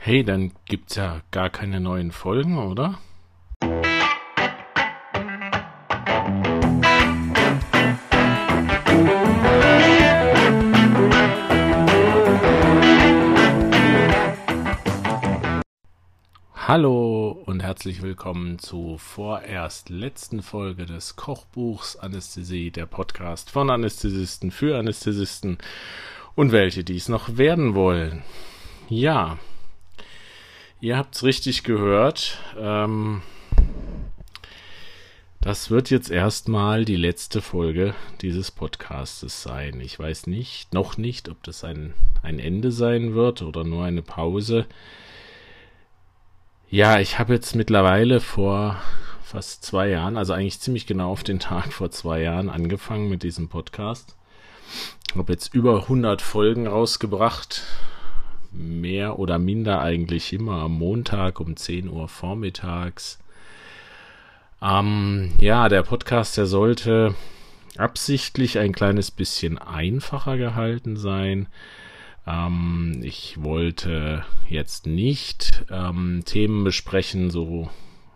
Hey, dann gibt's ja gar keine neuen Folgen, oder? Hallo und herzlich willkommen zur vorerst letzten Folge des Kochbuchs Anästhesie, der Podcast von Anästhesisten für Anästhesisten und welche dies noch werden wollen. Ja, ihr habt's richtig gehört. Das wird jetzt erstmal die letzte Folge dieses Podcastes sein. Ich weiß noch nicht, ob das ein Ende sein wird oder nur eine Pause. Ja, ich habe jetzt mittlerweile vor fast 2 Jahren, also eigentlich ziemlich genau auf den Tag vor 2 Jahren angefangen mit diesem Podcast. Ich habe jetzt über 100 Folgen rausgebracht, mehr oder minder eigentlich immer am Montag um 10 Uhr vormittags. Der Podcast, der sollte absichtlich ein kleines bisschen einfacher gehalten sein. Ich wollte jetzt nicht Themen besprechen, so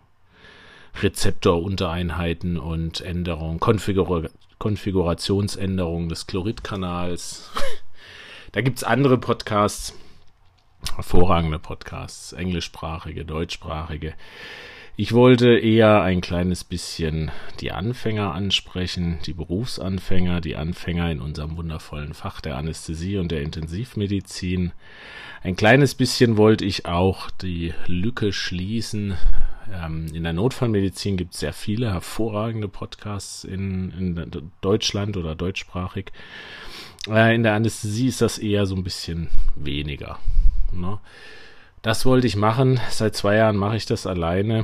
Rezeptoruntereinheiten und Änderungen, Konfigurationsänderungen des Chloridkanals. Da gibt's andere Podcasts, hervorragende Podcasts, englischsprachige, deutschsprachige. Ich wollte eher ein kleines bisschen die Anfänger ansprechen, die Berufsanfänger, die Anfänger in unserem wundervollen Fach der Anästhesie und der Intensivmedizin. Ein kleines bisschen wollte ich auch die Lücke schließen. In der Notfallmedizin gibt es sehr viele hervorragende Podcasts in Deutschland oder deutschsprachig. In der Anästhesie ist das eher so ein bisschen weniger. Ne? Das wollte ich machen. Seit 2 Jahren mache ich das alleine.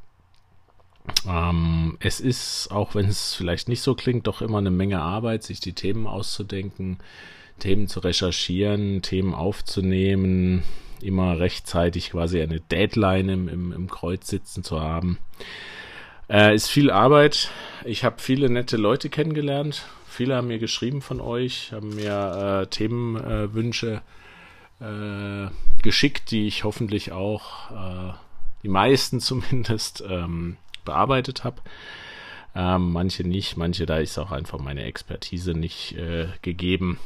Es ist, auch wenn es vielleicht nicht so klingt, doch immer eine Menge Arbeit, sich die Themen auszudenken, Themen zu recherchieren, Themen aufzunehmen, immer rechtzeitig quasi eine Deadline im Kreuz sitzen zu haben. Ist viel Arbeit. Ich habe viele nette Leute kennengelernt. Viele haben mir geschrieben von euch, haben mir Themenwünsche geschickt, die ich hoffentlich auch, die meisten zumindest, bearbeitet habe. Manche nicht, da ist auch einfach meine Expertise nicht gegeben.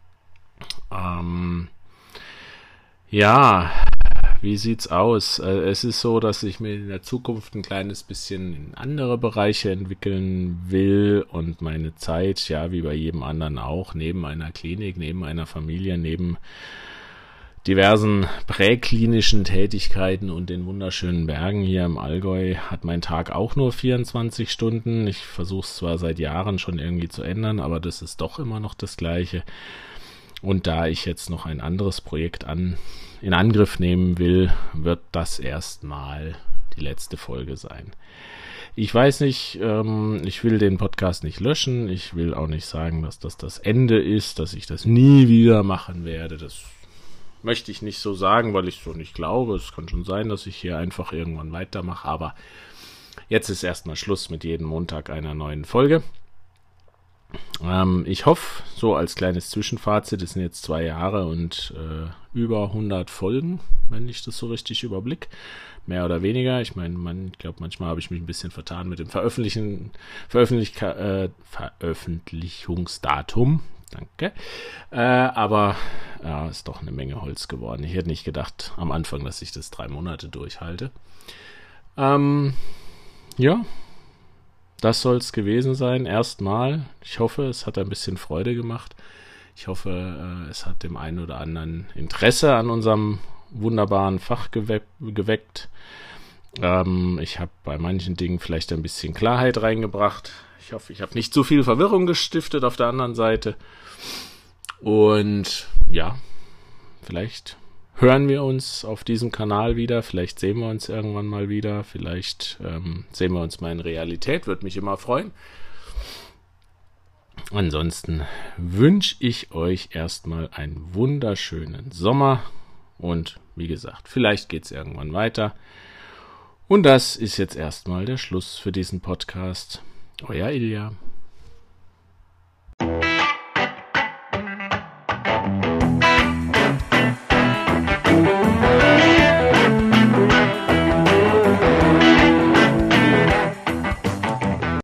Wie sieht's aus? Es ist so, dass ich mir in der Zukunft ein kleines bisschen in andere Bereiche entwickeln will und meine Zeit, ja, wie bei jedem anderen auch, neben einer Klinik, neben einer Familie, neben diversen präklinischen Tätigkeiten und den wunderschönen Bergen hier im Allgäu hat mein Tag auch nur 24 Stunden. Ich versuche es zwar seit Jahren schon irgendwie zu ändern, aber das ist doch immer noch das Gleiche. Und da ich jetzt noch ein anderes Projekt in Angriff nehmen will, wird das erstmal die letzte Folge sein. Ich weiß nicht, ich will den Podcast nicht löschen. Ich will auch nicht sagen, dass das Ende ist, dass ich das nie wieder machen werde. Das möchte ich nicht so sagen, weil ich so nicht glaube. Es kann schon sein, dass ich hier einfach irgendwann weitermache, aber jetzt ist erstmal Schluss mit jedem Montag einer neuen Folge. Ich hoffe, so als kleines Zwischenfazit, es sind jetzt 2 Jahre und über 100 Folgen, wenn ich das so richtig überblicke. Mehr oder weniger. Ich meine, ich glaube, manchmal habe ich mich ein bisschen vertan mit dem Veröffentlichungsdatum. Danke. Aber ja, ist doch eine Menge Holz geworden. Ich hätte nicht gedacht am Anfang, dass ich das 3 Monate durchhalte. Das soll es gewesen sein. Erstmal. Ich hoffe, es hat ein bisschen Freude gemacht. Ich hoffe, es hat dem einen oder anderen Interesse an unserem wunderbaren Fach geweckt. Ich habe bei manchen Dingen vielleicht ein bisschen Klarheit reingebracht. Ich hoffe, ich habe nicht zu viel Verwirrung gestiftet auf der anderen Seite. Und ja, vielleicht hören wir uns auf diesem Kanal wieder. Vielleicht sehen wir uns irgendwann mal wieder. Vielleicht sehen wir uns mal in Realität. Würde mich immer freuen. Ansonsten wünsche ich euch erstmal einen wunderschönen Sommer. Und wie gesagt, vielleicht geht es irgendwann weiter. Und das ist jetzt erstmal der Schluss für diesen Podcast. Euer Ilja.